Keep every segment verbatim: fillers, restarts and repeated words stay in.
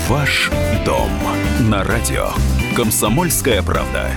Ваш дом на радио «Комсомольская правда».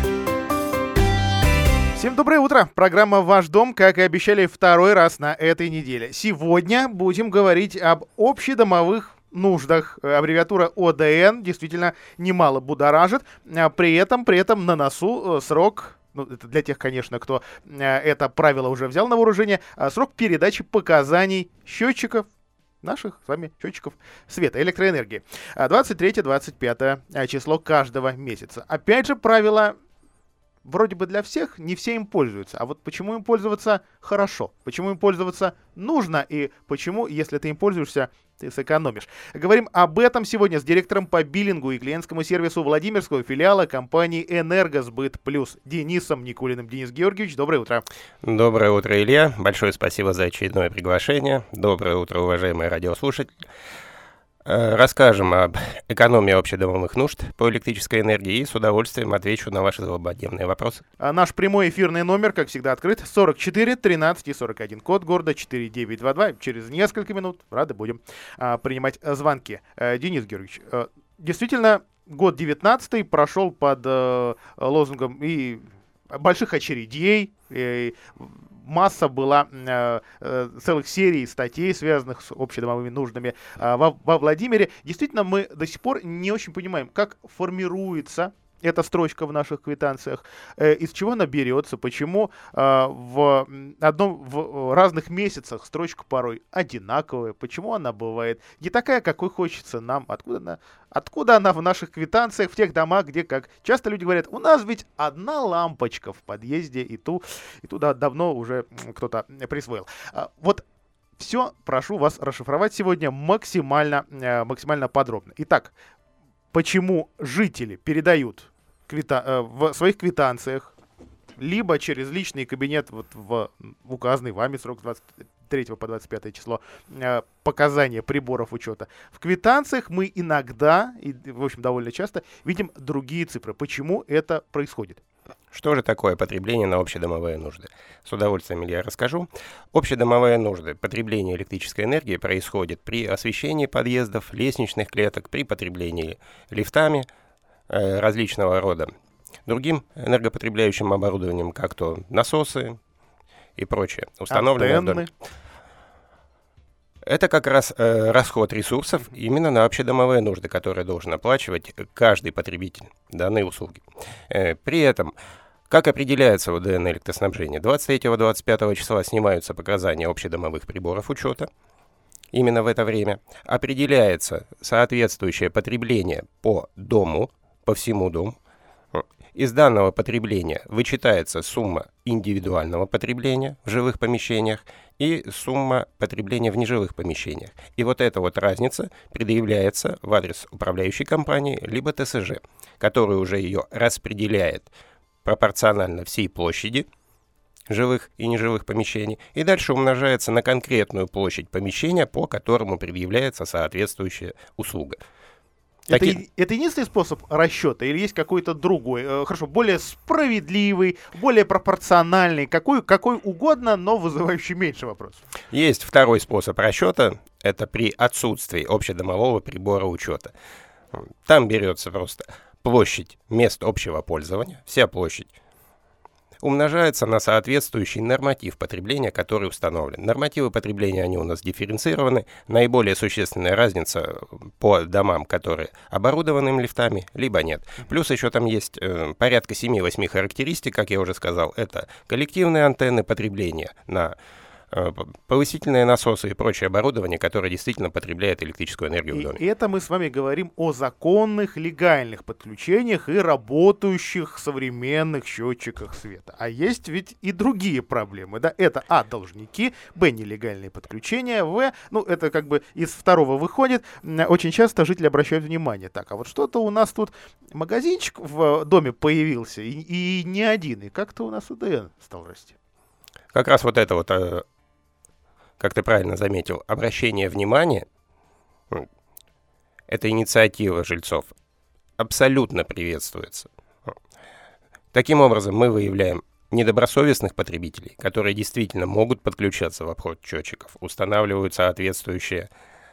Всем доброе утро. Программа «Ваш дом», как и обещали, второй раз на этой неделе. Сегодня будем говорить об общедомовых нуждах. Аббревиатура О Д Н действительно немало будоражит. При этом, при этом на носу срок... Ну, это для тех, конечно, кто это правило уже взял на вооружение. Срок передачи показаний счетчиков, наших с вами счетчиков света, электроэнергии. двадцать третье - двадцать пятое число каждого месяца. Опять же, правило вроде бы для всех, не все им пользуются. А вот почему им пользоваться хорошо? Почему им пользоваться нужно? И почему, если ты им пользуешься, ты сэкономишь? Говорим об этом сегодня с директором по биллингу и клиентскому сервису Владимирского филиала компании «Энергосбыт Плюс» Денисом Никулиным. Денис Георгиевич, доброе утро. Доброе утро, Илья. Большое спасибо за очередное приглашение. Доброе утро, уважаемые радиослушатели. Расскажем об экономии общедомовых нужд по электрической энергии и с удовольствием отвечу на ваши злободневные вопросы. А наш прямой эфирный номер, как всегда, открыт. сорок четыре тринадцать и сорок один, код города четыре девять два два. Через несколько минут рады будем а, принимать звонки. А, Денис Георгиевич, а, действительно, год девятнадцатый прошел под а, лозунгом и больших очередей, и масса была э, э, целых серий статей, связанных с общедомовыми нуждами э, во, во Владимире. Действительно, мы до сих пор не очень понимаем, как формируется эта строчка в наших квитанциях, э, из чего она берется, почему э, в, одном, в разных месяцах строчка порой одинаковая, почему она бывает не такая, какой хочется нам, откуда она, откуда она в наших квитанциях, в тех домах, где, как часто люди говорят, у нас ведь одна лампочка в подъезде, и ту, и туда давно уже кто-то присвоил. А, вот все прошу вас расшифровать сегодня максимально, э, максимально подробно. Итак, почему жители передают квита- э, в своих квитанциях либо через личный кабинет вот в указанный вами срок с двадцать третьего по двадцать пятое число э, показания приборов учета. В квитанциях мы иногда, и в общем довольно часто, видим другие цифры. Почему это происходит? Что же такое потребление на общедомовые нужды? С удовольствием, Илья, расскажу. Общедомовые нужды. Потребление электрической энергии происходит при освещении подъездов, лестничных клеток, при потреблении лифтами э, различного рода другим энергопотребляющим оборудованием, как то насосы и прочее. Установленные в доме. Это как раз э, расход ресурсов именно на общедомовые нужды, которые должен оплачивать каждый потребитель данной услуги. Э, при этом, как определяется в О Д Н электроснабжения, двадцать третьего - двадцать пятого числа снимаются показания общедомовых приборов учета. Именно в это время определяется соответствующее потребление по дому, по всему дому. Из данного потребления вычитается сумма индивидуального потребления в жилых помещениях и сумма потребления в нежилых помещениях. И вот эта вот разница предъявляется в адрес управляющей компании, либо Т С Ж, который уже ее распределяет пропорционально всей площади жилых и нежилых помещений, и дальше умножается на конкретную площадь помещения, по которому предъявляется соответствующая услуга. Это, Таки... это единственный способ расчета или есть какой-то другой, э, хорошо, более справедливый, более пропорциональный, какой, какой угодно, но вызывающий меньше вопросов? Есть второй способ расчета, это при отсутствии общедомового прибора учета. Там берется просто площадь мест общего пользования, вся площадь, умножается на соответствующий норматив потребления, который установлен. Нормативы потребления, они у нас дифференцированы. Наиболее существенная разница по домам, которые оборудованы лифтами, либо нет. Плюс еще там есть э, порядка семь-восемь характеристик, как я уже сказал. Это коллективные антенны потребления на э, повысительные насосы и прочее оборудование, которое действительно потребляет электрическую энергию в доме. И это мы с вами говорим о законных, легальных подключениях и работающих современных счетчиках света. А есть ведь и другие проблемы, да? Это а. должники, б. нелегальные подключения, в. ну это как бы из второго выходит. Очень часто жители обращают внимание. Так, а вот что-то у нас тут магазинчик в доме появился, и, и не один, и как-то у нас О Д Н стал расти. Как раз вот это вот, как ты правильно заметил, обращение внимания, эта инициатива жильцов абсолютно приветствуется. Таким образом, мы выявляем недобросовестных потребителей, которые действительно могут подключаться в обход счетчиков, устанавливают соответствующие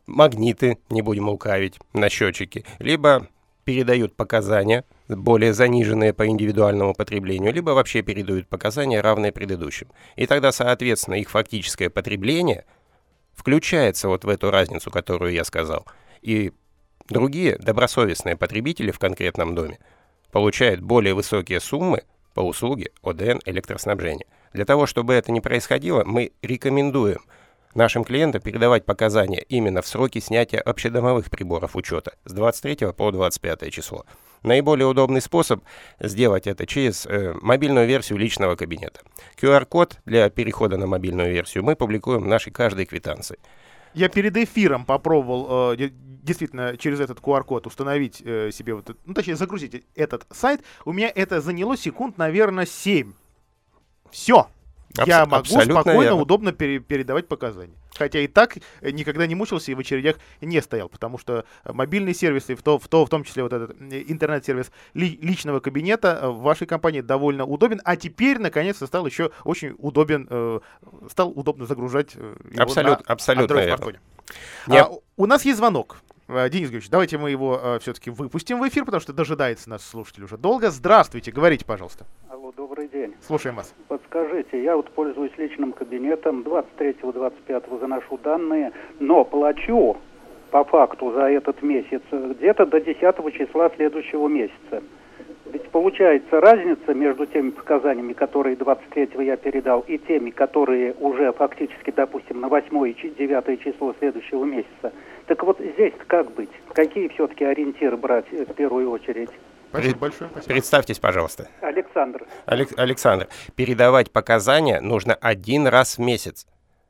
магниты, не будем лукавить, на счетчике, либо передают показания, более заниженные по индивидуальному потреблению, либо вообще передают показания, равные предыдущим. И тогда, соответственно, их фактическое потребление включается вот в эту разницу, которую я сказал. И другие добросовестные потребители в конкретном доме получают более высокие суммы по услуге О Дэ Эн электроснабжения. Для того, чтобы это не происходило, мы рекомендуем нашим клиентам передавать показания именно в сроки снятия общедомовых приборов учета с двадцать третьего по двадцать пятое число. Наиболее удобный способ сделать это через э, мобильную версию личного кабинета. ку ар код для перехода на мобильную версию мы публикуем в нашей каждой квитанции. Я перед эфиром попробовал э, действительно через этот ку ар код установить э, себе, вот, ну точнее загрузить этот сайт. У меня это заняло секунд, наверное, семь. Все. Абс- Я могу абсолютно спокойно, верно. удобно пере- передавать показания. Хотя и так никогда не мучился и в очередях не стоял, потому что мобильные сервисы, в, то, в, то, в том числе вот этот интернет-сервис ли, личного кабинета в вашей компании довольно удобен, а теперь, наконец-то, стал еще очень удобен, э, стал удобно загружать э, его Абсолют, на абсолютно Android-смартфоне. Не- А, у нас есть звонок. Э, Денис Георгиевич, давайте мы его э, все-таки выпустим в эфир, потому что дожидается нас слушатель уже долго. Здравствуйте, говорите, пожалуйста. Алло, добрый день. Слушаем вас. Подскажите, я вот пользуюсь личным кабинетом, двадцать третьего двадцать пятого заношу данные, но плачу по факту за этот месяц где-то до десятого числа следующего месяца. Ведь получается разница между теми показаниями, которые двадцать третьего я передал, и теми, которые уже фактически, допустим, на восьмое и девятое число следующего месяца. Так вот здесь как быть? Какие все-таки ориентиры брать в первую очередь? Спасибо Пред- большое. Спасибо. Представьтесь, пожалуйста. Александр. Алек- Александр, передавать показания нужно один раз в месяц.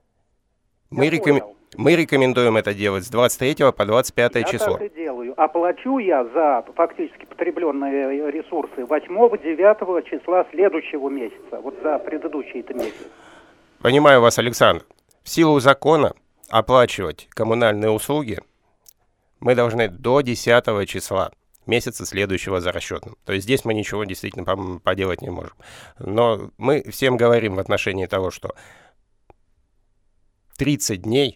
Мы, Я рекомен- понял. мы рекомендуем это делать с двадцать третьего по двадцать пятое Я число. так и делаю. А плачу я за фактически потребленные ресурсы восьмого-девятого числа следующего месяца. Вот за предыдущий-то месяц. Понимаю вас, Александр. В силу закона оплачивать коммунальные услуги мы должны до десятого числа месяца следующего за расчетным. То есть здесь мы ничего действительно по- поделать не можем. Но мы всем говорим в отношении того, что тридцать дней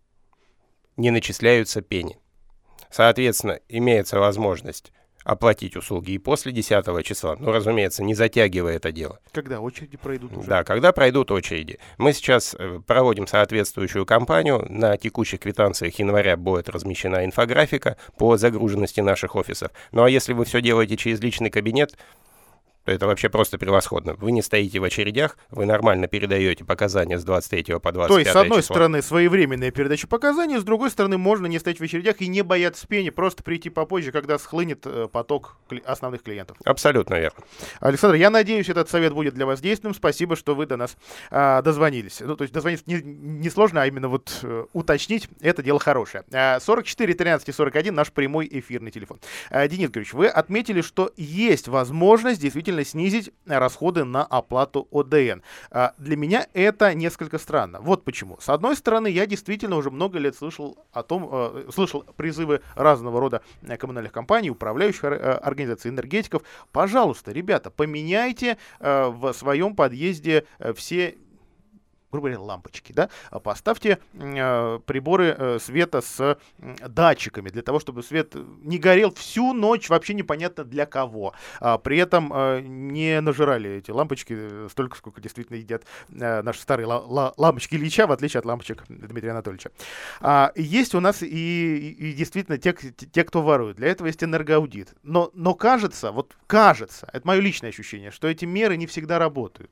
не начисляются пени. Соответственно, имеется возможность оплатить услуги и после десятого числа, ну, разумеется, не затягивая это дело. Когда очереди пройдут уже? Да, когда пройдут очереди. Мы сейчас э, проводим соответствующую кампанию. На текущих квитанциях января будет размещена инфографика по загруженности наших офисов. Ну а если вы все делаете через личный кабинет, то это вообще просто превосходно. Вы не стоите в очередях, вы нормально передаете показания с двадцать третьего по двадцать пятое То есть, с одной число. стороны, своевременная передача показаний, с другой стороны, можно не стоять в очередях и не бояться пени, просто прийти попозже, когда схлынет э, поток кли- основных клиентов. Абсолютно верно. Александр, я надеюсь, этот совет будет для вас действенным. Спасибо, что вы до нас а, дозвонились. Ну, то есть дозвониться не, не сложно, а именно вот э, уточнить, это дело хорошее. А, сорок четыре тринадцать и сорок один наш прямой эфирный телефон. А, Денис Георгиевич, вы отметили, что есть возможность действительно снизить расходы на оплату О Дэ Эн. А, для меня это несколько странно. Вот почему. С одной стороны, я действительно уже много лет слышал о том, э, слышал призывы разного рода э, коммунальных компаний, управляющих э, организаций, энергетиков. Пожалуйста, ребята, поменяйте э, в своем подъезде э, все, грубо говоря, лампочки, да, поставьте э, приборы э, света с э, датчиками, для того, чтобы свет не горел всю ночь, вообще непонятно для кого. А, при этом э, не нажирали эти лампочки столько, сколько действительно едят э, наши старые ла- ла- лампочки Ильича, в отличие от лампочек Дмитрия Анатольевича. А, есть у нас и, и, и действительно те, те, кто ворует. Для этого есть энергоаудит. Но, но кажется, вот кажется, это мое личное ощущение, что эти меры не всегда работают.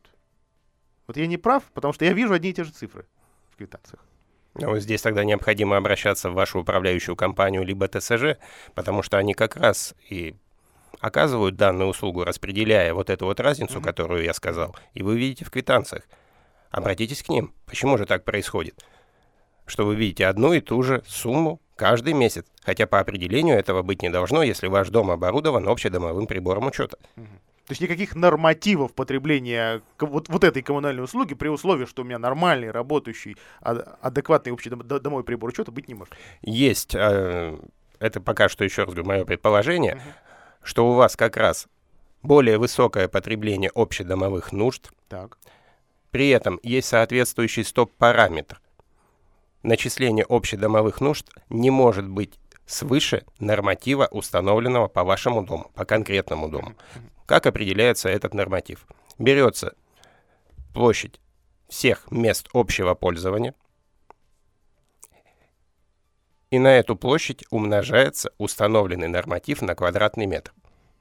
Вот я не прав, потому что я вижу одни и те же цифры в квитанциях. Ну, здесь тогда необходимо обращаться в вашу управляющую компанию либо Тэ Эс Жэ, потому что они как раз и оказывают данную услугу, распределяя вот эту вот разницу, Мгм. которую я сказал, и вы видите в квитанциях. Обратитесь к ним. Почему же так происходит? Что вы видите одну и ту же сумму каждый месяц, хотя по определению этого быть не должно, если ваш дом оборудован общедомовым прибором учета. То есть никаких нормативов потребления ко- вот, вот этой коммунальной услуги при условии, что у меня нормальный, работающий, а- адекватный общедомовой прибор учета быть не может. Есть, э, это пока что, еще раз говорю, мое предположение, Мгм. что у вас как раз более высокое потребление общедомовых нужд, Так. при этом есть соответствующий стоп-параметр. начисление общедомовых нужд не может быть свыше норматива, установленного по вашему дому, по конкретному дому. Как определяется этот норматив? Берется площадь всех мест общего пользования, и на эту площадь умножается установленный норматив на квадратный метр.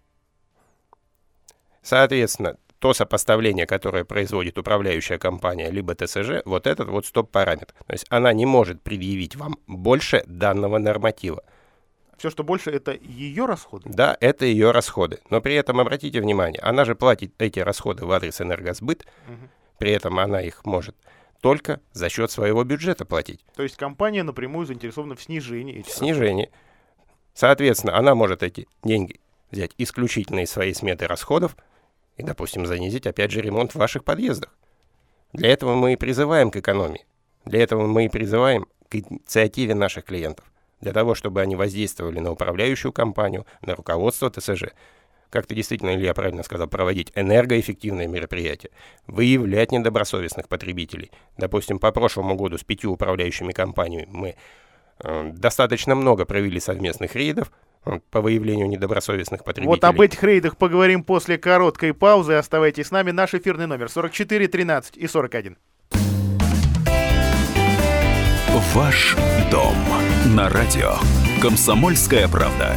Соответственно, то сопоставление, которое производит управляющая компания либо ТСЖ, вот этот вот стоп-параметр. То есть она не может предъявить вам больше данного норматива. Все, что больше, это ее расходы? Да, это ее расходы. Но при этом, обратите внимание, она же платит эти расходы в адрес Энергосбыт, угу. При этом она их может только за счет своего бюджета платить. То есть компания напрямую заинтересована в снижении этих В снижении. Соответственно, она может эти деньги взять исключительно из своей сметы расходов и, допустим, занизить, опять же, ремонт в ваших подъездах. Для этого мы и призываем к экономии. Для этого мы и призываем к инициативе наших клиентов. Для того, чтобы они воздействовали на управляющую компанию, на руководство ТСЖ. Как ты действительно, Илья, правильно сказал, проводить энергоэффективные мероприятия, выявлять недобросовестных потребителей. Допустим, по прошлому году с пятью управляющими компаниями мы э, достаточно много провели совместных рейдов э, по выявлению недобросовестных потребителей. Вот об этих рейдах поговорим после короткой паузы. Оставайтесь с нами. Наш эфирный номер сорок четыре тринадцать и сорок один. Ваш дом на радио «Комсомольская правда».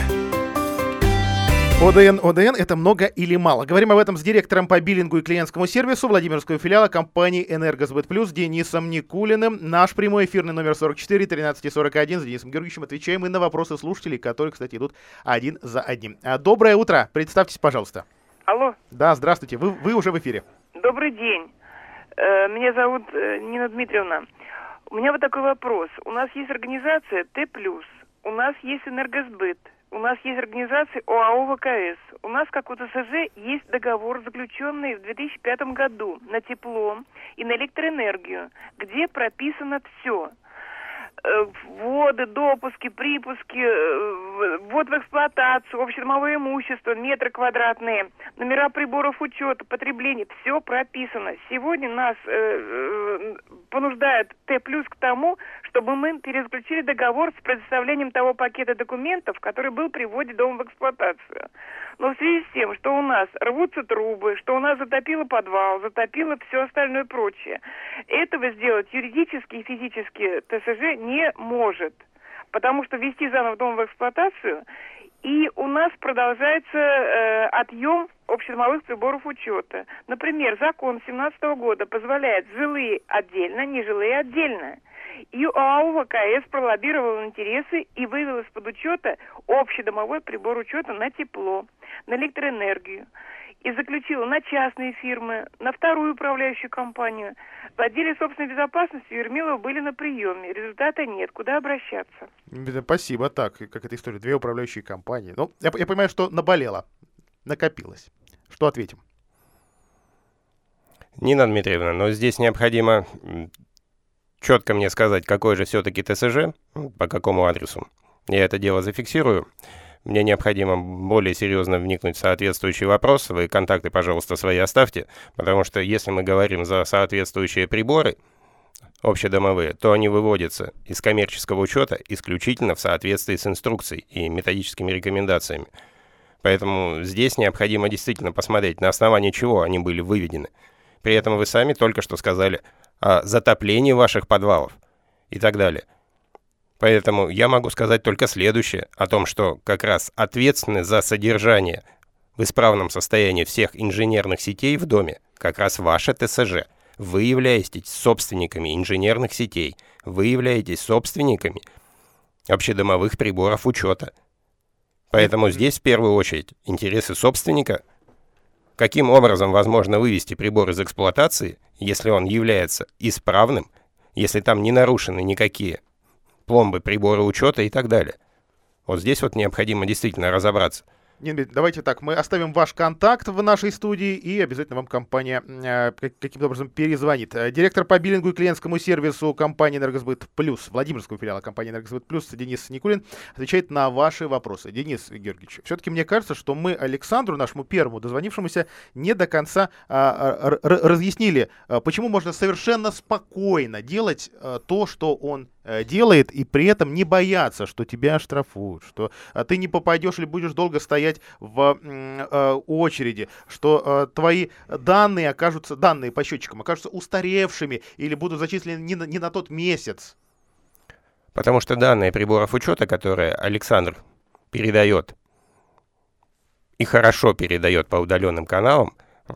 ОДН, ОДН – это много или мало? Говорим об этом с директором по биллингу и клиентскому сервису Владимирского филиала компании «Энергосбыт Плюс» Денисом Никулиным. Наш прямой эфирный номер сорок четыре тринадцать и сорок один. С Денисом Георгиевичем отвечаем и на вопросы слушателей, которые, кстати, идут один за одним. Доброе утро. Представьтесь, пожалуйста. Алло. Да, здравствуйте. Вы, вы уже в эфире. Добрый день. Меня зовут Нина Дмитриевна. У меня вот такой вопрос. У нас есть организация Т+, у нас есть Энергосбыт, у нас есть организация ОАО ВКС. У нас, как у ТСЖ, есть договор, заключенный в две тысячи пятом году на тепло и на электроэнергию, где прописано все. Вводы, допуски, припуски, ввод в эксплуатацию, общедомовое имущество, метры квадратные, номера приборов учета, потребление, все прописано. Сегодня нас э, э, понуждает Т+ к тому, чтобы мы перезаключили договор с предоставлением того пакета документов, который был при вводе дома в эксплуатацию. Но в связи с тем, что у нас рвутся трубы, что у нас затопило подвал, затопило все остальное прочее, этого сделать юридически и физически ТСЖ не может, потому что ввести заново дом в эксплуатацию, и у нас продолжается э, отъем общедомовых приборов учета. Например, закон семнадцатого года позволяет жилые отдельно, нежилые отдельно. И ОАО ВКС пролоббировал интересы и вывел из-под учета общедомовой прибор учета на тепло, на электроэнергию. И заключила на частные фирмы, на вторую управляющую компанию. В отделе собственной безопасности у Ермилова были на приеме. Результата нет. Куда обращаться? Спасибо. Так, как эта история. Две управляющие компании. Ну, я, я понимаю, что наболело, накопилось. Что ответим? Нина Дмитриевна, но здесь необходимо четко мне сказать, какой же все-таки ТСЖ, по какому адресу. Я это дело зафиксирую. Мне необходимо более серьезно вникнуть в соответствующий вопрос. Вы контакты, пожалуйста, свои оставьте, потому что если мы говорим за соответствующие приборы общедомовые, то они выводятся из коммерческого учета исключительно в соответствии с инструкцией и методическими рекомендациями. Поэтому здесь необходимо действительно посмотреть, на основании чего они были выведены. При этом вы сами только что сказали о затоплении ваших подвалов и так далее. Поэтому я могу сказать только следующее, о том, что как раз ответственность за содержание в исправном состоянии всех инженерных сетей в доме как раз ваше ТСЖ. Вы являетесь собственниками инженерных сетей, вы являетесь собственниками общедомовых приборов учета. Поэтому здесь в первую очередь интересы собственника. Каким образом возможно вывести прибор из эксплуатации, если он является исправным, если там не нарушены никакие пломбы, приборы учета и так далее. Вот здесь вот необходимо действительно разобраться. Нет, давайте так, мы оставим ваш контакт в нашей студии, и обязательно вам компания э, каким-то образом перезвонит. Директор по биллингу и клиентскому сервису компании «Энергосбыт Плюс», Владимирского филиала компании «Энергосбыт Плюс» Денис Никулин отвечает на ваши вопросы. Денис Георгиевич, все-таки мне кажется, что мы Александру, нашему первому дозвонившемуся, не до конца а, р- разъяснили, а, почему можно совершенно спокойно делать а, то, что он делает, и при этом не бояться, что тебя оштрафуют, что а, ты не попадешь или будешь долго стоять в э, очереди, что э, твои данные окажутся, данные по счетчикам окажутся устаревшими или будут зачислены не на, не на тот месяц. Потому что данные приборов учета, которые Александр передает и хорошо передает по удаленным каналам,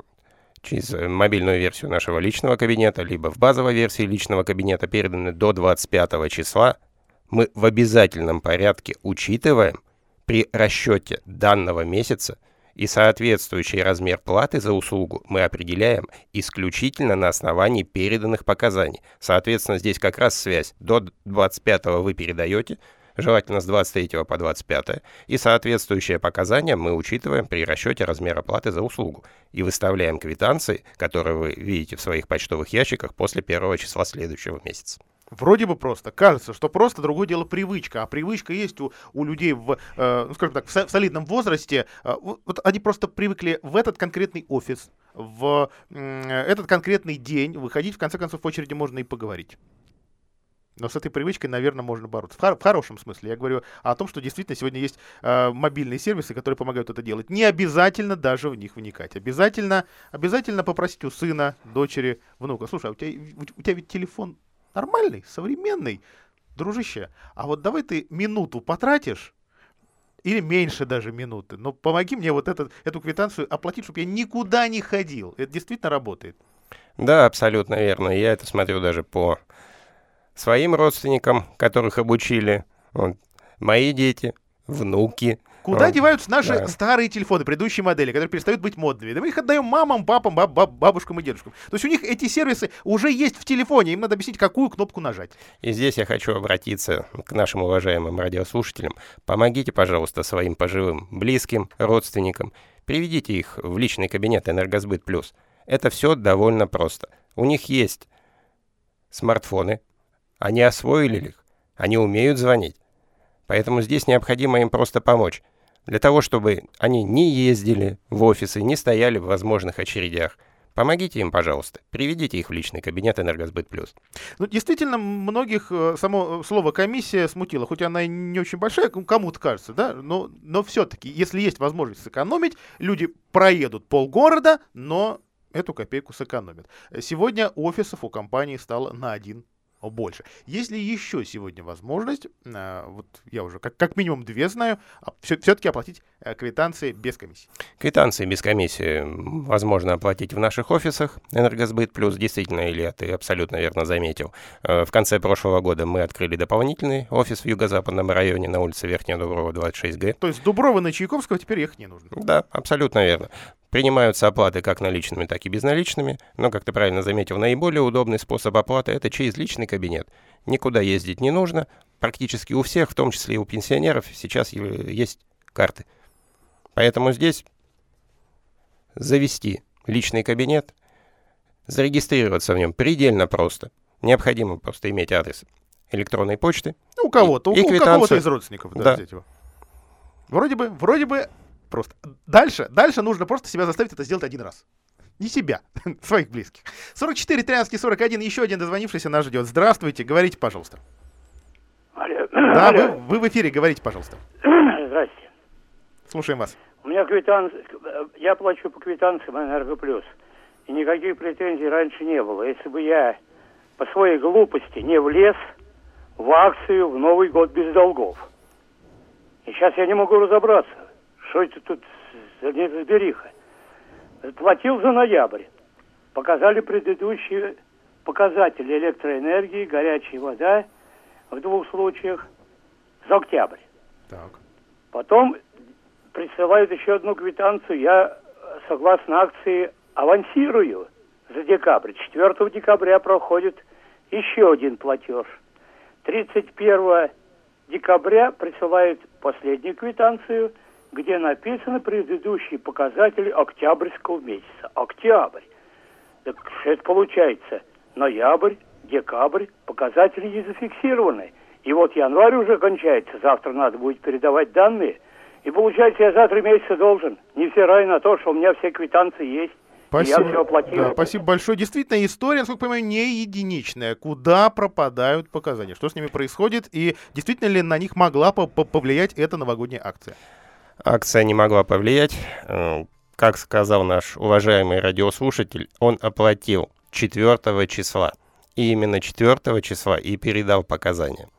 через мобильную версию нашего личного кабинета, либо в базовой версии личного кабинета, переданы до двадцать пятого числа, мы в обязательном порядке учитываем при расчете данного месяца, и соответствующий размер платы за услугу мы определяем исключительно на основании переданных показаний. Соответственно, здесь как раз связь. До двадцать пятого вы передаете, желательно с двадцать третьего по двадцать пятое, и соответствующие показания мы учитываем при расчете размера платы за услугу и выставляем квитанции, которые вы видите в своих почтовых ящиках после первого числа следующего месяца. Вроде бы просто. Кажется, что просто, другое дело привычка. А привычка есть у, у людей в, э, ну, скажем так, в, со, в солидном возрасте. Э, вот, вот они просто привыкли в этот конкретный офис, в э, этот конкретный день выходить, в конце концов, в очереди можно и поговорить. Но с этой привычкой, наверное, можно бороться. В, хор- в хорошем смысле. Я говорю о том, что действительно сегодня есть э, мобильные сервисы, которые помогают это делать. Не обязательно даже в них вникать. Обязательно, обязательно попросить у сына, дочери, внука. Слушай, а у тебя, у, у тебя ведь телефон нормальный, современный, дружище. А вот давай ты минуту потратишь, или меньше даже минуты, но помоги мне вот этот, эту квитанцию оплатить, чтобы я никуда не ходил. Это действительно работает. Да, абсолютно верно. Я это смотрю даже по своим родственникам, которых обучили. Вот. Мои дети, внуки. Куда вот. деваются наши Да. старые телефоны, предыдущие модели, которые перестают быть модными? Да мы их отдаем мамам, папам, баб- баб- бабушкам и дедушкам. То есть у них эти сервисы уже есть в телефоне, им надо объяснить, какую кнопку нажать. И здесь я хочу обратиться к нашим уважаемым радиослушателям. Помогите, пожалуйста, своим пожилым близким, родственникам. Приведите их в личный кабинет «Энергосбыт Плюс». Это все довольно просто. У них есть смартфоны, они освоили их, они умеют звонить. Поэтому здесь необходимо им просто помочь. Для того, чтобы они не ездили в офисы, не стояли в возможных очередях. Помогите им, пожалуйста. Приведите их в личный кабинет «Энергосбыт Плюс». Ну, действительно, многих э, само слово «комиссия» смутило, хоть она и не очень большая, кому- кому-то кажется, да, но, но все-таки, если есть возможность сэкономить, люди проедут полгорода, но эту копейку сэкономят. Сегодня офисов у компании стало на один больше. Есть ли еще сегодня возможность, э, вот я уже как, как минимум две знаю, а все, все-таки оплатить э, квитанции без комиссии? Квитанции без комиссии возможно оплатить в наших офисах «Энергосбыт Плюс». Действительно, Илья, ты абсолютно верно заметил. Э, В конце прошлого года мы открыли дополнительный офис в юго-западном районе на улице Верхняя Дуброва, двадцать шесть Г. То есть с Дуброва на Чайковского теперь ехать не нужно. Да, абсолютно верно. Принимаются оплаты как наличными, так и безналичными, но, как ты правильно заметил, наиболее удобный способ оплаты – это через личный кабинет. Никуда ездить не нужно, практически у всех, в том числе и у пенсионеров, сейчас есть карты. Поэтому здесь завести личный кабинет, зарегистрироваться в нем предельно просто. Необходимо просто иметь адрес электронной почты. Ну, у кого-то, и, у, и у кого-то из родственников. Да, Да. взять его. Вроде бы, вроде бы просто. Дальше, дальше нужно просто себя заставить это сделать один раз. Не себя, своих близких. сорок четыре тринадцать сорок один, еще один дозвонившийся нас ждет. Здравствуйте, говорите, пожалуйста. Алло. Да, Алло. вы, вы в эфире, говорите, пожалуйста. Здрасте. Слушаем вас. У меня квитанция, я плачу по квитанциям «Энергоплюс». И никаких претензий раньше не было. Если бы я по своей глупости не влез в акцию в Новый год без долгов. И сейчас я не могу разобраться, что это тут за неразбериха. Платил за ноябрь. Показали предыдущие показатели электроэнергии, горячая вода в двух случаях за октябрь. Так. Потом присылают еще одну квитанцию. Я, согласно акции, авансирую за декабрь. четвёртого декабря проходит еще один платеж. тридцать первого декабря присылают последнюю квитанцию где написаны предыдущие показатели октябрьского месяца. Октябрь. Так что это получается? Ноябрь, декабрь, показатели не зафиксированы. И вот январь уже кончается, завтра надо будет передавать данные. И получается, я за три месяца должен, невзирая на то, что у меня все квитанции есть. Спасибо. Я все оплатил. Да, спасибо большое. Действительно, история, насколько я понимаю, не единичная. Куда пропадают показания? Что с ними происходит? И действительно ли на них могла повлиять эта новогодняя акция? Акция не могла повлиять. Как сказал наш уважаемый радиослушатель, он оплатил четвёртого числа. И именно четвёртого числа и передал показания.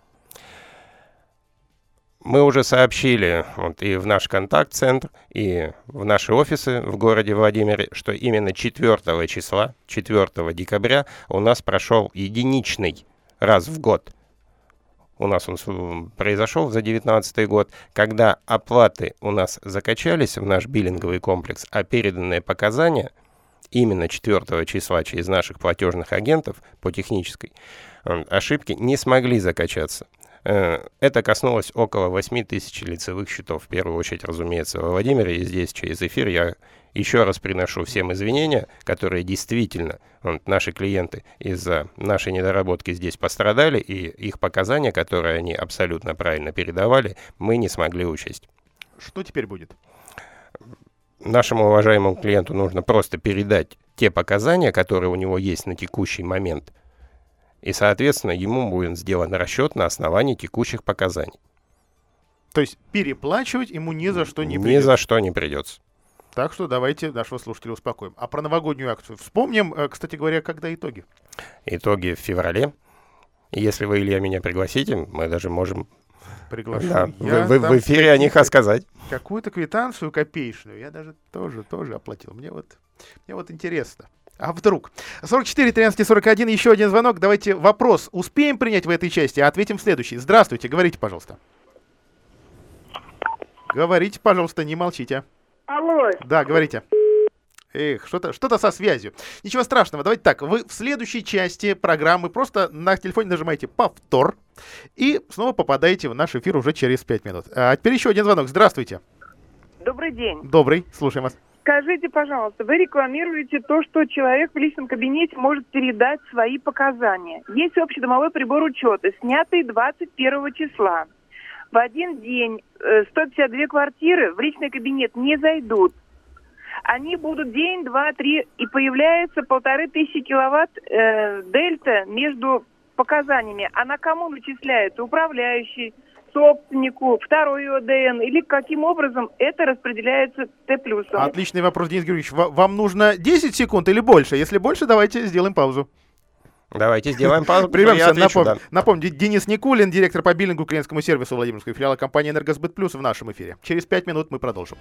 Мы уже сообщили вот, и в наш контакт-центр, и в наши офисы в городе Владимире, что именно четвёртого числа, четвёртого декабря у нас прошел единичный раз в год. У нас он произошел за девятнадцатый год, когда оплаты у нас закачались в наш биллинговый комплекс, а переданные показания именно четвёртого числа через наших платежных агентов по технической ошибке не смогли закачаться. Это коснулось около восемь тысяч лицевых счетов, в первую очередь, разумеется, во Владимире. И здесь через эфир я еще раз приношу всем извинения, которые действительно вот, наши клиенты из-за нашей недоработки здесь пострадали, и их показания, которые они абсолютно правильно передавали, мы не смогли учесть. Что теперь будет? Нашему уважаемому клиенту нужно просто передать те показания, которые у него есть на текущий момент, и, соответственно, ему будет сделан расчет на основании текущих показаний. То есть переплачивать ему ни за что не придется? Ни за что не придется. Так что давайте нашего слушателя успокоим. А про новогоднюю акцию вспомним, кстати говоря, когда итоги? Итоги в феврале. И если вы, Илья, меня пригласите, мы даже можем Приглашу. Да, в, в, в эфире о них рассказать. Какую-то квитанцию копеечную я даже тоже, тоже оплатил. Мне вот, мне вот интересно. А вдруг? сорок четыре тринадцать сорок один, еще один звонок. Давайте вопрос успеем принять в этой части, а ответим в следующей. Здравствуйте, говорите, пожалуйста. Говорите, пожалуйста, не молчите. Алло. Да, говорите. Эх, что-то, что-то со связью. Ничего страшного, давайте так. Вы в следующей части программы просто на телефоне нажимаете «Повтор» и снова попадаете в наш эфир уже через пять минут. А теперь еще один звонок. Здравствуйте. Добрый день. Добрый, слушаем вас. Скажите, пожалуйста, вы рекламируете то, что человек в личном кабинете может передать свои показания. Есть общедомовой прибор учета, снятый двадцать первого числа. В один день сто пятьдесят две квартиры в личный кабинет не зайдут. Они будут день, два, три, и появляется полторы тысячи киловатт э, дельта между показаниями. Она кому начисляется? Управляющий, собственнику, второй О Д Н, или каким образом это распределяется Т плюсом? Отличный вопрос, Денис Георгиевич. В- вам нужно десять секунд или больше? Если больше, давайте сделаем паузу. Давайте сделаем паузу. Прервемся. Напом... Да. Напомню, Денис Никулин, директор по биллингу клиентскому сервису Владимирской филиала компании «Энергосбыт Плюс» в нашем эфире. Через пять минут мы продолжим.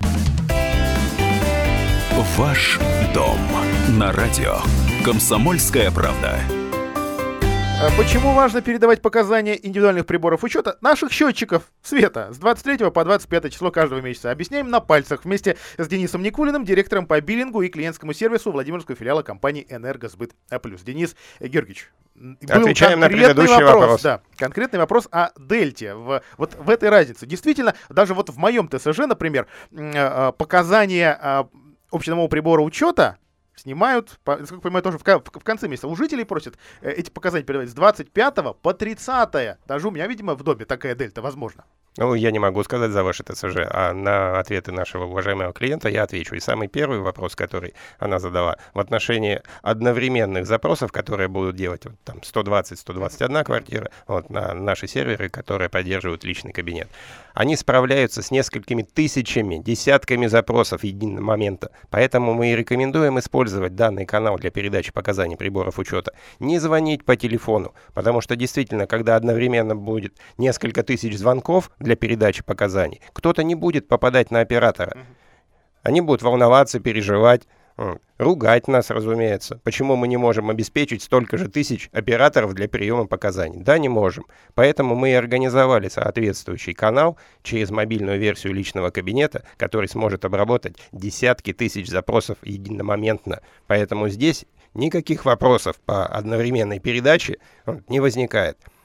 Ваш дом на радио «Комсомольская правда». Почему важно передавать показания индивидуальных приборов учета наших счетчиков света с двадцать третьего по двадцать пятое число каждого месяца? Объясняем на пальцах вместе с Денисом Никулиным, директором по биллингу и клиентскому сервису Владимирского филиала компании «Энергосбыт Плюс». Денис Георгиевич, отвечаем на предыдущий вопрос, вопрос. Да, конкретный вопрос о дельте. В, вот в этой разнице. Действительно, даже вот в моем Т С Ж, например, показания общедомового прибора учета снимают, по, насколько я понимаю, тоже в, в, в конце месяца. У жителей просят э, эти показания передавать с двадцать пятого по тридцатое. Даже у меня, видимо, в доме такая дельта возможна. Ну, я не могу сказать за ваше Т С Ж, а на ответы нашего уважаемого клиента я отвечу. И самый первый вопрос, который она задала, в отношении одновременных запросов, которые будут делать вот, там сто двадцать - сто двадцать одна квартира вот, на наши серверы, которые поддерживают личный кабинет. Они справляются с несколькими тысячами, десятками запросов единого момента. Поэтому мы и рекомендуем использовать данный канал для передачи показаний приборов учета. Не звонить по телефону, потому что действительно, когда одновременно будет несколько тысяч звонков для передачи показаний, кто-то не будет попадать на оператора. Они будут волноваться, переживать, ругать нас, разумеется. Почему мы не можем обеспечить столько же тысяч операторов для приема показаний? Да, не можем. Поэтому мы и организовали соответствующий канал через мобильную версию личного кабинета, который сможет обработать десятки тысяч запросов единомоментно. Поэтому здесь никаких вопросов по одновременной передаче не возникает.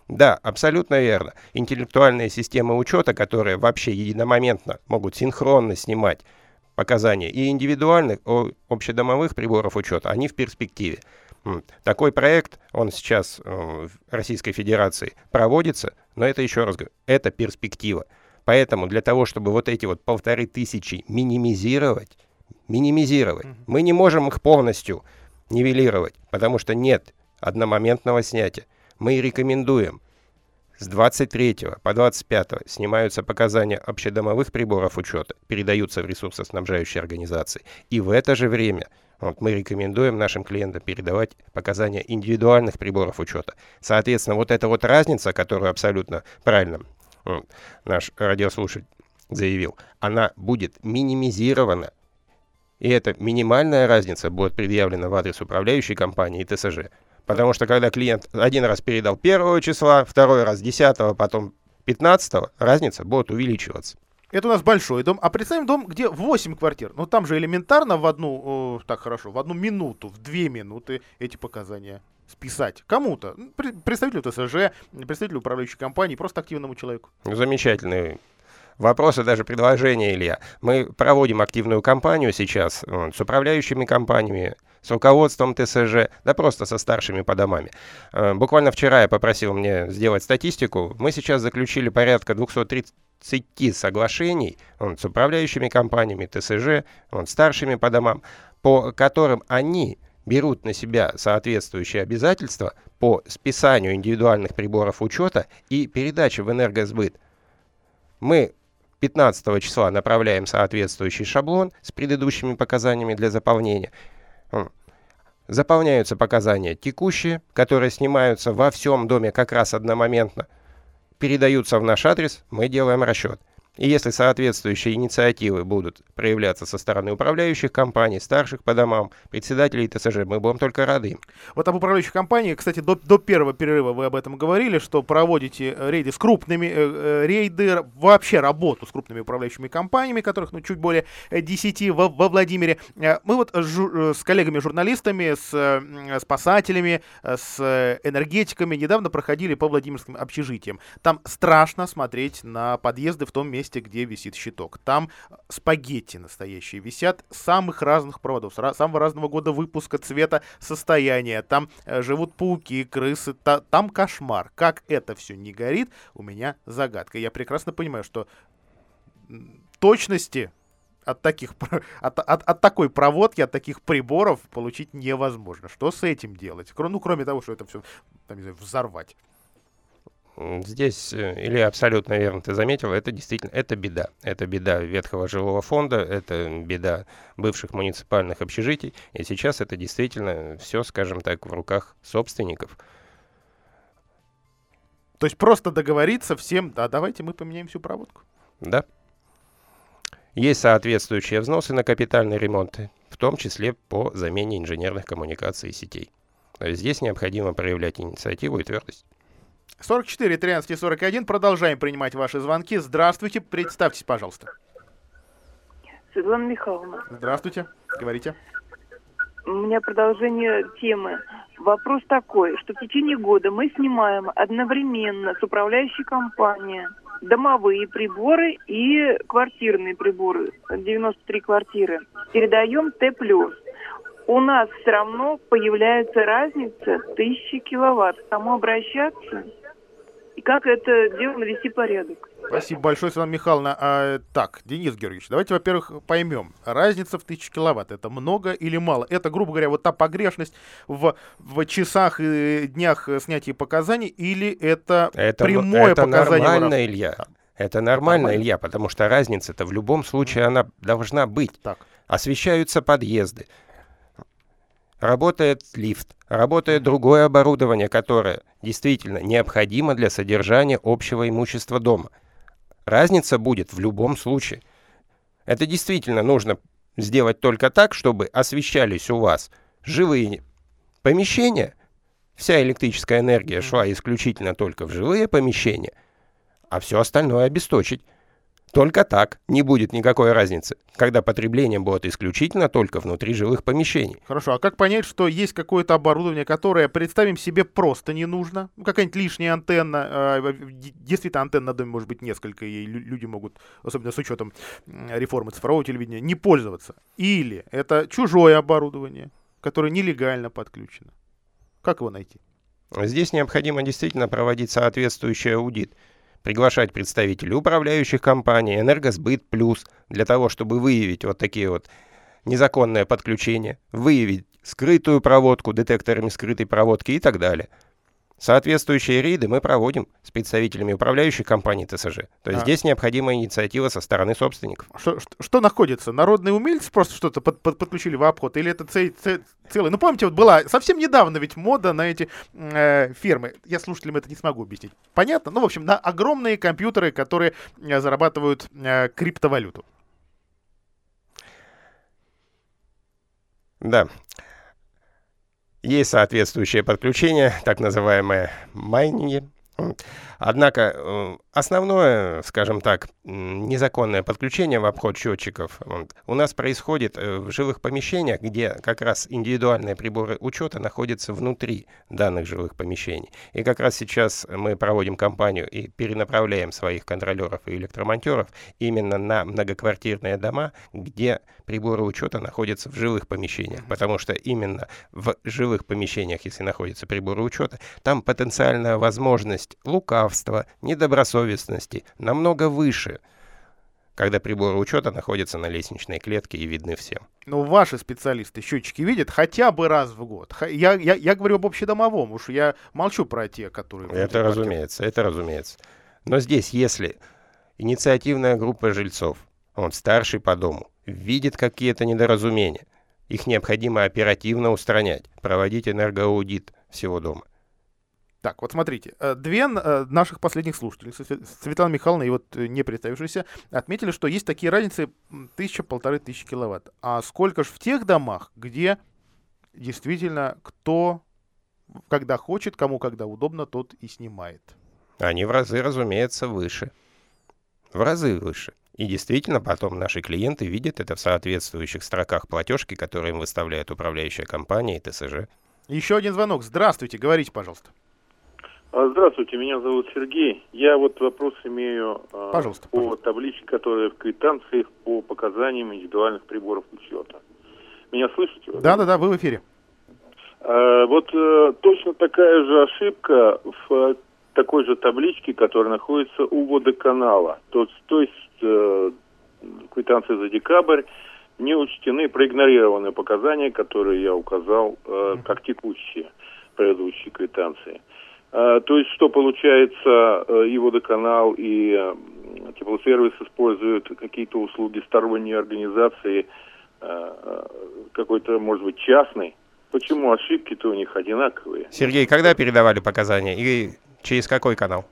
Да, абсолютно верно. Интеллектуальные системы учета, которые вообще единомоментно могут синхронно снимать показания и индивидуальных, и общедомовых приборов учета, они в перспективе. Такой проект, он сейчас в Российской Федерации проводится, но это, еще раз говорю, это перспектива. Поэтому для того, чтобы вот эти вот полторы тысячи минимизировать, минимизировать, mm-hmm. мы не можем их полностью нивелировать, потому что нет одномоментного снятия. Мы рекомендуем с двадцать третьего по двадцать пятое снимаются показания общедомовых приборов учета, передаются в ресурсоснабжающие организации. И в это же время вот, мы рекомендуем нашим клиентам передавать показания индивидуальных приборов учета. Соответственно, вот эта вот разница, которую абсолютно правильно вот, наш радиослушатель заявил, она будет минимизирована. И эта минимальная разница будет предъявлена в адрес управляющей компании и ТСЖ. Потому что когда клиент один раз передал первого числа, второй раз десятого, потом пятнадцатого, разница будет увеличиваться. Это у нас большой дом. А представим дом, где восемь квартир. Ну там же элементарно в одну, о, так хорошо, в одну минуту, в две минуты эти показания списать кому-то. Представителю ТСЖ, представителю управляющей компании, просто активному человеку. Замечательный вопрос и даже предложение, Илья. Мы проводим активную кампанию сейчас вот, с управляющими компаниями, с руководством ТСЖ, да просто со старшими по домам. Э, буквально вчера я попросил мне сделать статистику. Мы сейчас заключили порядка двести тридцать соглашений вот, с управляющими компаниями, ТСЖ, вот, старшими по домам, по которым они берут на себя соответствующие обязательства по списанию индивидуальных приборов учета и передаче в энергосбыт. Мы пятнадцатого числа направляем соответствующий шаблон с предыдущими показаниями для заполнения. Заполняются показания текущие, которые снимаются во всем доме как раз одномоментно, передаются в наш адрес, мы делаем расчет. И если соответствующие инициативы будут проявляться со стороны управляющих компаний, старших по домам, председателей ТСЖ, мы будем только рады им. Вот об управляющих компаниях, кстати, до, до первого перерыва вы об этом говорили, что проводите рейды с крупными, э, рейды, вообще работу с крупными управляющими компаниями, которых ну, чуть более десяти во, во Владимире. Мы вот жу, с коллегами-журналистами, с спасателями, с энергетиками недавно проходили по Владимирским общежитиям. Там страшно смотреть на подъезды в том месте, где висит щиток. Там спагетти настоящие висят самых разных проводов, самого разного года выпуска, цвета, состояния. Там э, живут пауки, крысы. Та, там кошмар. Как это все не горит, у меня загадка. Я прекрасно понимаю, что точности от, таких, от, от, от такой проводки, от таких приборов получить невозможно. Что с этим делать? Ну, кроме того, что это все там, не знаю, взорвать. Здесь, Илья, абсолютно верно ты заметил, это действительно, это беда. Это беда ветхого жилого фонда, это беда бывших муниципальных общежитий. И сейчас это действительно все, скажем так, в руках собственников. То есть просто договориться всем, да, давайте мы поменяем всю проводку. Да. Есть соответствующие взносы на капитальный ремонт, в том числе по замене инженерных коммуникаций и сетей. То есть здесь необходимо проявлять инициативу и твердость. сорок четыре тринадцать сорок один. Продолжаем принимать ваши звонки. Здравствуйте, представьтесь, пожалуйста. Светлана Михайловна. Здравствуйте, говорите. У меня продолжение темы. Вопрос такой, что в течение года мы снимаем одновременно с управляющей компанией домовые приборы и квартирные приборы, девяносто три квартиры. Передаем Т+. У нас все равно появляется разница тысячи киловатт. К кому обращаться? И как это дело навести порядок? Спасибо большое, Светлана Михайловна. А, так, Денис Георгиевич, давайте, во-первых, поймем. Разница в тысячу киловатт. Это много или мало? Это, грубо говоря, вот та погрешность в, в часах и днях снятия показаний, или это, это прямое это показание? Это нормально, Илья. Это нормально, нормально, Илья, потому что разница-то в любом случае она должна быть. Так. Освещаются подъезды. Работает лифт, работает другое оборудование, которое действительно необходимо для содержания общего имущества дома. Разница будет в любом случае. Это действительно нужно сделать только так, чтобы освещались у вас живые помещения. Вся электрическая энергия шла исключительно только в живые помещения, а все остальное обесточить. Только так. Не будет никакой разницы, когда потребление будет исключительно только внутри жилых помещений. Хорошо, а как понять, что есть какое-то оборудование, которое, представим себе, просто не нужно? Ну, какая-нибудь лишняя антенна. Э, действительно, антенн на доме может быть несколько, и люди могут, особенно с учетом реформы цифрового телевидения, не пользоваться. Или это чужое оборудование, которое нелегально подключено. Как его найти? Здесь необходимо действительно проводить соответствующий аудит. Приглашать представителей управляющих компаний, Энергосбыт Плюс, для того, чтобы выявить вот такие вот незаконные подключения, выявить скрытую проводку детекторами скрытой проводки и так далее. Соответствующие рейды мы проводим с представителями управляющих компаний ТСЖ. То есть а. здесь необходима инициатива со стороны собственников. Что, что, что находится? Народные умельцы просто что-то под, под, подключили в обход? Или это цей, цей, целый? Ну, помните, вот была совсем недавно ведь мода на эти э, фирмы. Я слушателям это не смогу объяснить. Понятно? Ну, в общем, на огромные компьютеры, которые э, зарабатывают э, криптовалюту. Да. Есть соответствующее подключение, так называемое майнинги. Однако основное, скажем так, незаконное подключение в обход счетчиков у нас происходит в жилых помещениях, где как раз индивидуальные приборы учета находятся внутри данных жилых помещений. И как раз сейчас мы проводим кампанию и перенаправляем своих контролеров и электромонтеров именно на многоквартирные дома, где приборы учета находятся в жилых помещениях. Потому что именно в жилых помещениях, если находятся приборы учета, там потенциальная возможность лукавства, недобросовестности намного выше, когда приборы учета находятся на лестничной клетке и видны всем. Ну, ваши специалисты счетчики видят хотя бы раз в год. Я, я, я говорю об общедомовом, уж я молчу про те, которые... Это разумеется, это разумеется. Но здесь, если инициативная группа жильцов, он старший по дому, видит какие-то недоразумения, их необходимо оперативно устранять, проводить энергоаудит всего дома. Так, вот смотрите, две наших последних слушателей, Светлана Михайловна и вот не представившиеся, отметили, что есть такие разницы тысяча-полторы тысячи киловатт. А сколько же в тех домах, где действительно кто, когда хочет, кому когда удобно, тот и снимает? Они в разы, разумеется, выше. В разы выше. И действительно, потом наши клиенты видят это в соответствующих строках платежки, которые им выставляет управляющая компания и ТСЖ. Еще один звонок. Здравствуйте, говорите, пожалуйста. Здравствуйте, меня зовут Сергей. Я вот вопрос имею пожалуйста, по пожалуйста. табличке, которая в квитанциях по показаниям индивидуальных приборов учета. Меня слышите? Да-да-да, вы в эфире. А, вот а, точно такая же ошибка в такой же табличке, которая находится у водоканала. То, то есть э, квитанции за декабрь не учтены, проигнорированы показания, которые я указал э, как текущие предыдущие квитанции. Э, то есть что получается, э, и водоканал, и э, теплосервис используют какие-то услуги сторонней организации, э, какой-то, может быть, частной. Почему ошибки-то у них одинаковые? Сергей, когда передавали показания и через какой канал?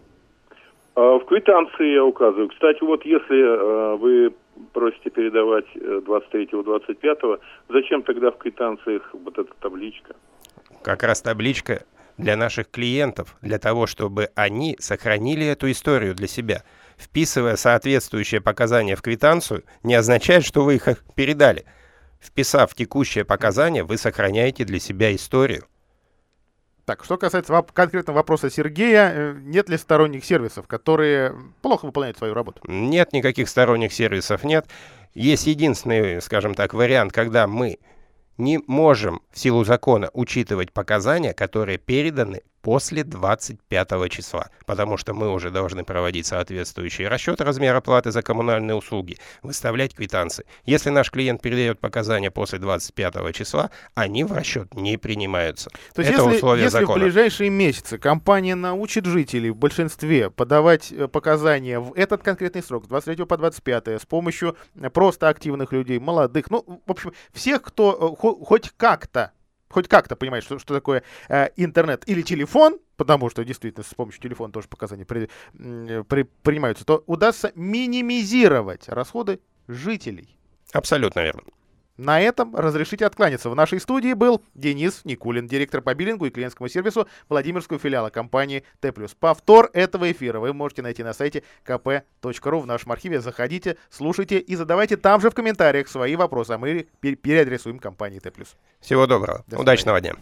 В квитанции я указываю. Кстати, вот если э, вы просите передавать двадцать третьего двадцать пятого, зачем тогда в квитанциях вот эта табличка? Как раз табличка для наших клиентов, для того, чтобы они сохранили эту историю для себя. Вписывая соответствующие показания в квитанцию, не означает, что вы их передали. Вписав текущее показание, вы сохраняете для себя историю. Так, что касается воп- конкретного вопроса Сергея, нет ли сторонних сервисов, которые плохо выполняют свою работу? Нет, никаких сторонних сервисов нет. Есть единственный, скажем так, вариант, когда мы не можем в силу закона учитывать показания, которые переданы после двадцать пятого числа, потому что мы уже должны проводить соответствующий расчет размера платы за коммунальные услуги, выставлять квитанции. Если наш клиент передает показания после двадцать пятого числа, они в расчет не принимаются. То есть это если, условия если закона. в ближайшие месяцы компания научит жителей в большинстве подавать показания в этот конкретный срок, с двадцать третьего по двадцать пятое, с помощью просто активных людей, молодых, ну, в общем, всех, кто хоть как-то хоть как-то понимает, что, что такое э, интернет или телефон, потому что действительно с помощью телефона тоже показания при, при, принимаются, то удастся минимизировать расходы жителей. Абсолютно верно. На этом разрешите откланяться. В нашей студии был Денис Никулин, директор по биллингу и клиентскому сервису Владимирского филиала компании Т+. Повтор этого эфира вы можете найти на сайте ка пэ точка ру в нашем архиве. Заходите, слушайте и задавайте там же в комментариях свои вопросы, а мы переадресуем компании Т+. Всего доброго. До Удачного дня.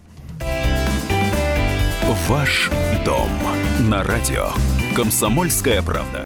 Ваш дом на радио «Комсомольская правда».